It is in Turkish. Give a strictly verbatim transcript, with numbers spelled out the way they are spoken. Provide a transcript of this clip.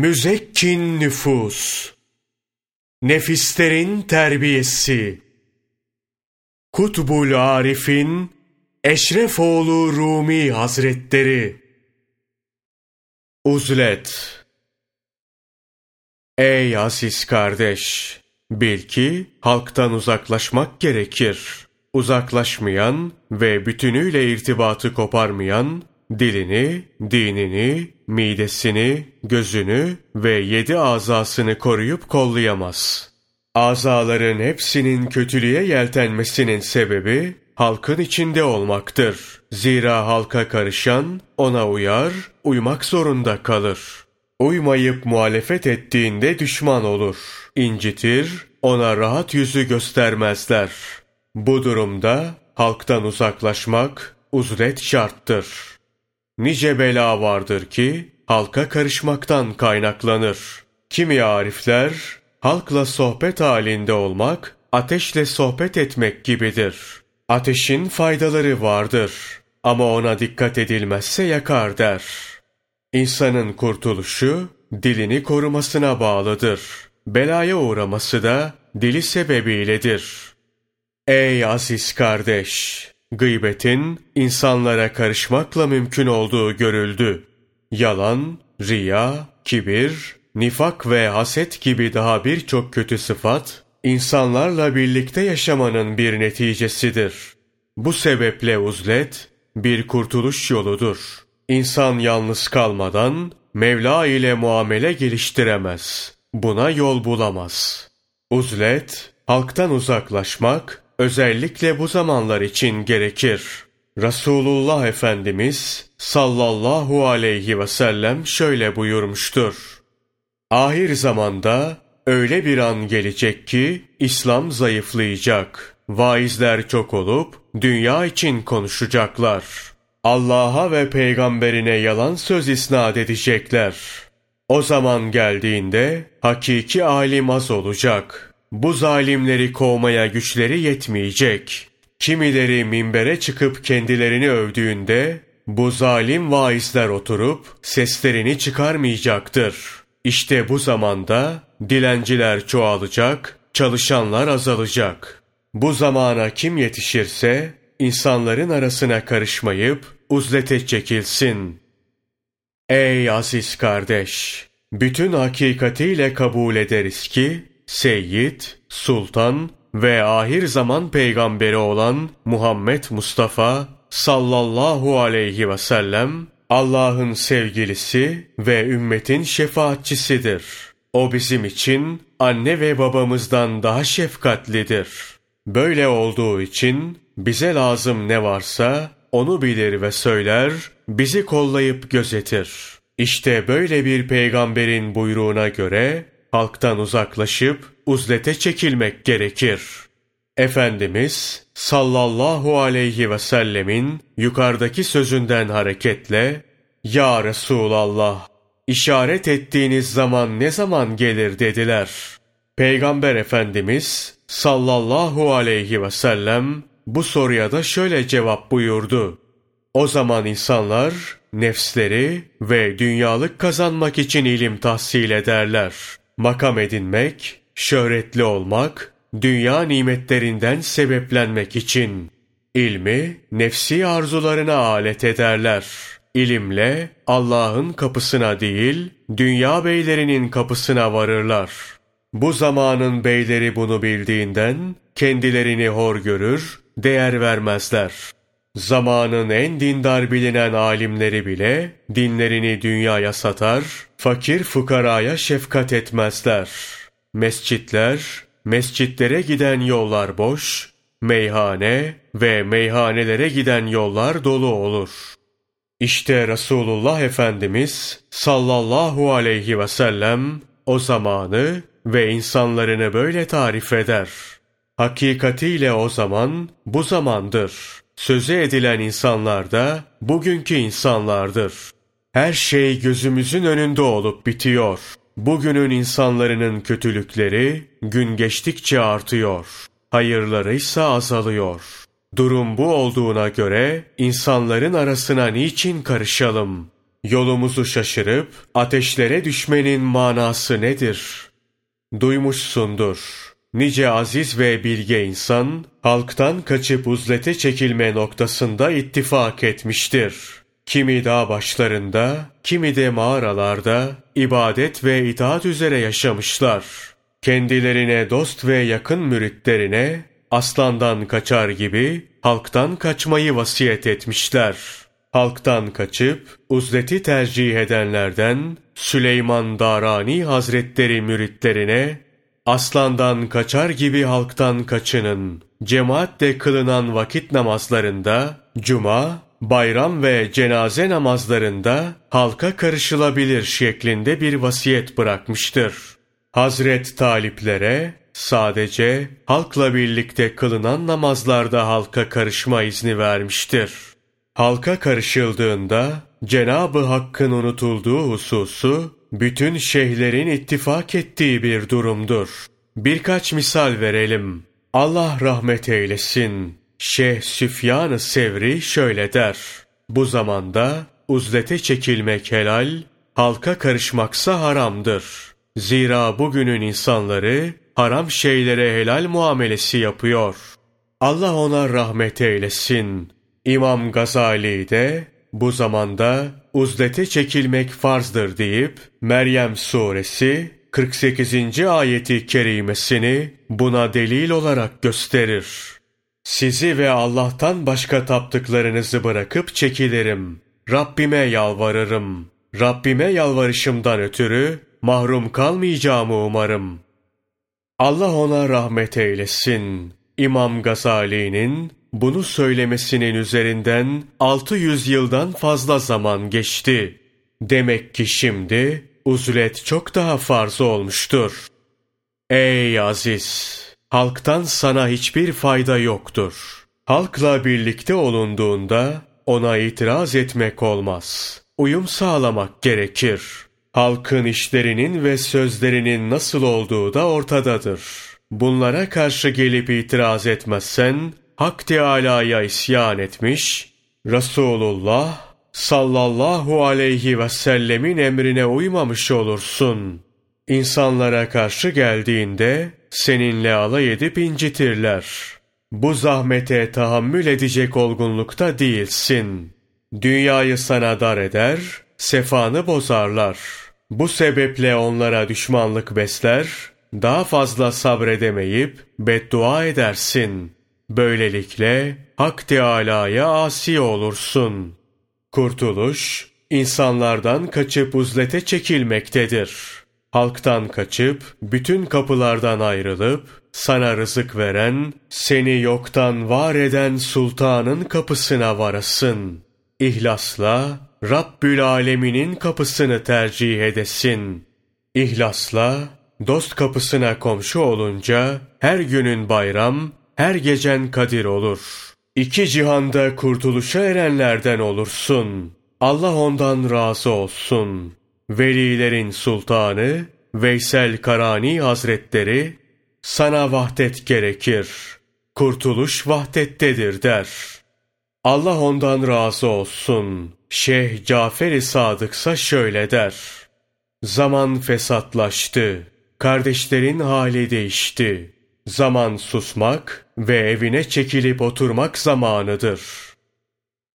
Müzekkin nüfus, nefislerin terbiyesi, Kutbul Arif'in Eşrefoğlu Rumi Hazretleri. Uzlet. Ey aziz kardeş! Bil ki halktan uzaklaşmak gerekir. Uzaklaşmayan ve bütünüyle irtibatı koparmayan, dilini, dinini, midesini, gözünü ve yedi azasını koruyup kollayamaz. Azaların hepsinin kötülüğe yeltenmesinin sebebi, halkın içinde olmaktır. Zira halka karışan, ona uyar, uymak zorunda kalır. Uymayıp muhalefet ettiğinde düşman olur, incitir, ona rahat yüzü göstermezler. Bu durumda halktan uzaklaşmak, uzlet şarttır. Nice bela vardır ki, halka karışmaktan kaynaklanır. Kimi arifler, halkla sohbet halinde olmak, ateşle sohbet etmek gibidir. Ateşin faydaları vardır ama ona dikkat edilmezse yakar der. İnsanın kurtuluşu, dilini korumasına bağlıdır. Belaya uğraması da dili sebebiyledir. Ey aziz kardeş! Gıybetin insanlara karışmakla mümkün olduğu görüldü. Yalan, riya, kibir, nifak ve haset gibi daha birçok kötü sıfat, insanlarla birlikte yaşamanın bir neticesidir. Bu sebeple uzlet, bir kurtuluş yoludur. İnsan yalnız kalmadan, Mevla ile muamele geliştiremez. Buna yol bulamaz. Uzlet, halktan uzaklaşmak, özellikle bu zamanlar için gerekir. Resulullah Efendimiz sallallahu aleyhi ve sellem şöyle buyurmuştur. Ahir zamanda öyle bir an gelecek ki İslam zayıflayacak. Vaizler çok olup dünya için konuşacaklar. Allah'a ve peygamberine yalan söz isnat edecekler. O zaman geldiğinde hakiki alim az olacak. Bu zalimleri kovmaya güçleri yetmeyecek. Kimileri minbere çıkıp kendilerini övdüğünde bu zalim vaizler oturup seslerini çıkarmayacaktır. İşte bu zamanda dilenciler çoğalacak, çalışanlar azalacak. Bu zamana kim yetişirse insanların arasına karışmayıp uzlete çekilsin. Ey aziz kardeş! Bütün hakikatiyle kabul ederiz ki Seyyid, Sultan ve ahir zaman peygamberi olan Muhammed Mustafa sallallahu aleyhi ve sellem Allah'ın sevgilisi ve ümmetin şefaatçisidir. O bizim için anne ve babamızdan daha şefkatlidir. Böyle olduğu için bize lazım ne varsa onu bilir ve söyler, bizi kollayıp gözetir. İşte böyle bir peygamberin buyruğuna göre halktan uzaklaşıp uzlete çekilmek gerekir. Efendimiz sallallahu aleyhi ve sellemin yukarıdaki sözünden hareketle "Ya Resulallah, işaret ettiğiniz zaman ne zaman gelir?" dediler. Peygamber Efendimiz sallallahu aleyhi ve sellem bu soruya da şöyle cevap buyurdu. O zaman insanlar nefsleri ve dünyalık kazanmak için ilim tahsil ederler. Makam edinmek, şöhretli olmak, dünya nimetlerinden sebeplenmek için. İlmi nefsi arzularına alet ederler. İlimle Allah'ın kapısına değil, dünya beylerinin kapısına varırlar. Bu zamanın beyleri bunu bildiğinden kendilerini hor görür, değer vermezler. Zamanın en dindar bilinen alimleri bile dinlerini dünyaya satar, fakir fukaraya şefkat etmezler. Mescitler, mescitlere giden yollar boş, meyhane ve meyhanelere giden yollar dolu olur. İşte Resulullah Efendimiz sallallahu aleyhi ve sellem o zamanı ve insanlarını böyle tarif eder. Hakikatiyle o zaman bu zamandır. Sözü edilen insanlar da bugünkü insanlardır. Her şey gözümüzün önünde olup bitiyor. Bugünün insanların kötülükleri gün geçtikçe artıyor. Hayırları ise azalıyor. Durum bu olduğuna göre insanların arasına niçin karışalım? Yolumuzu şaşırıp ateşlere düşmenin manası nedir? Duymuşsundur. Nice aziz ve bilge insan, halktan kaçıp uzlete çekilme noktasında ittifak etmiştir. Kimi dağ başlarında, kimi de mağaralarda ibadet ve itaat üzere yaşamışlar. Kendilerine dost ve yakın müritlerine aslandan kaçar gibi halktan kaçmayı vasiyet etmişler. Halktan kaçıp uzleti tercih edenlerden Süleyman Darani Hazretleri müritlerine aslandan kaçar gibi halktan kaçının. Cemaatle kılınan vakit namazlarında, cuma, bayram ve cenaze namazlarında halka karışılabilir şeklinde bir vasiyet bırakmıştır. Hazret taliplere sadece halkla birlikte kılınan namazlarda halka karışma izni vermiştir. Halka karışıldığında Cenab-ı Hakk'ın unutulduğu hususu bütün şeyhlerin ittifak ettiği bir durumdur. Birkaç misal verelim. Allah rahmet eylesin. Şeyh Süfyan-ı Sevri şöyle der: bu zamanda uzlete çekilmek helal, halka karışmaksa haramdır. Zira bugünün insanları haram şeylere helal muamelesi yapıyor. Allah ona rahmet eylesin. İmam Gazali de bu zamanda uzlete çekilmek farzdır deyip Meryem suresi kırk sekizinci ayeti kerimesini buna delil olarak gösterir. Sizi ve Allah'tan başka taptıklarınızı bırakıp çekilirim. Rabbime yalvarırım. Rabbime yalvarışımdan ötürü mahrum kalmayacağımı umarım. Allah ona rahmet eylesin. İmam Gazali'nin bunu söylemesinin üzerinden altı yüz yıldan fazla zaman geçti. Demek ki şimdi uzlet çok daha farz olmuştur. Ey aziz! Halktan sana hiçbir fayda yoktur. Halkla birlikte olunduğunda ona itiraz etmek olmaz. Uyum sağlamak gerekir. Halkın işlerinin ve sözlerinin nasıl olduğu da ortadadır. Bunlara karşı gelip itiraz etmezsen, Hak Teâlâ'ya isyan etmiş, Resulullah sallallahu aleyhi ve sellemin emrine uymamış olursun. İnsanlara karşı geldiğinde seninle alay edip incitirler. Bu zahmete tahammül edecek olgunlukta değilsin. Dünyayı sana dar eder, sefanı bozarlar. Bu sebeple onlara düşmanlık besler, daha fazla sabredemeyip beddua edersin. Böylelikle Hak Teâlâ'ya asi olursun. Kurtuluş, insanlardan kaçıp uzlete çekilmektedir. Halktan kaçıp, bütün kapılardan ayrılıp, sana rızık veren, seni yoktan var eden sultanın kapısına varasın. İhlasla, Rabbül Alemin'in kapısını tercih edesin. İhlasla, dost kapısına komşu olunca, her günün bayram, her gecen kadir olur. İki cihanda kurtuluşa erenlerden olursun. Allah ondan razı olsun. Velilerin sultanı Veysel Karani Hazretleri, sana vahdet gerekir. Kurtuluş vahdettedir der. Allah ondan razı olsun. Şeyh Cafer-i Sadıksa şöyle der: zaman fesatlaştı. Kardeşlerin hali değişti. Zaman susmak ve evine çekilip oturmak zamanıdır.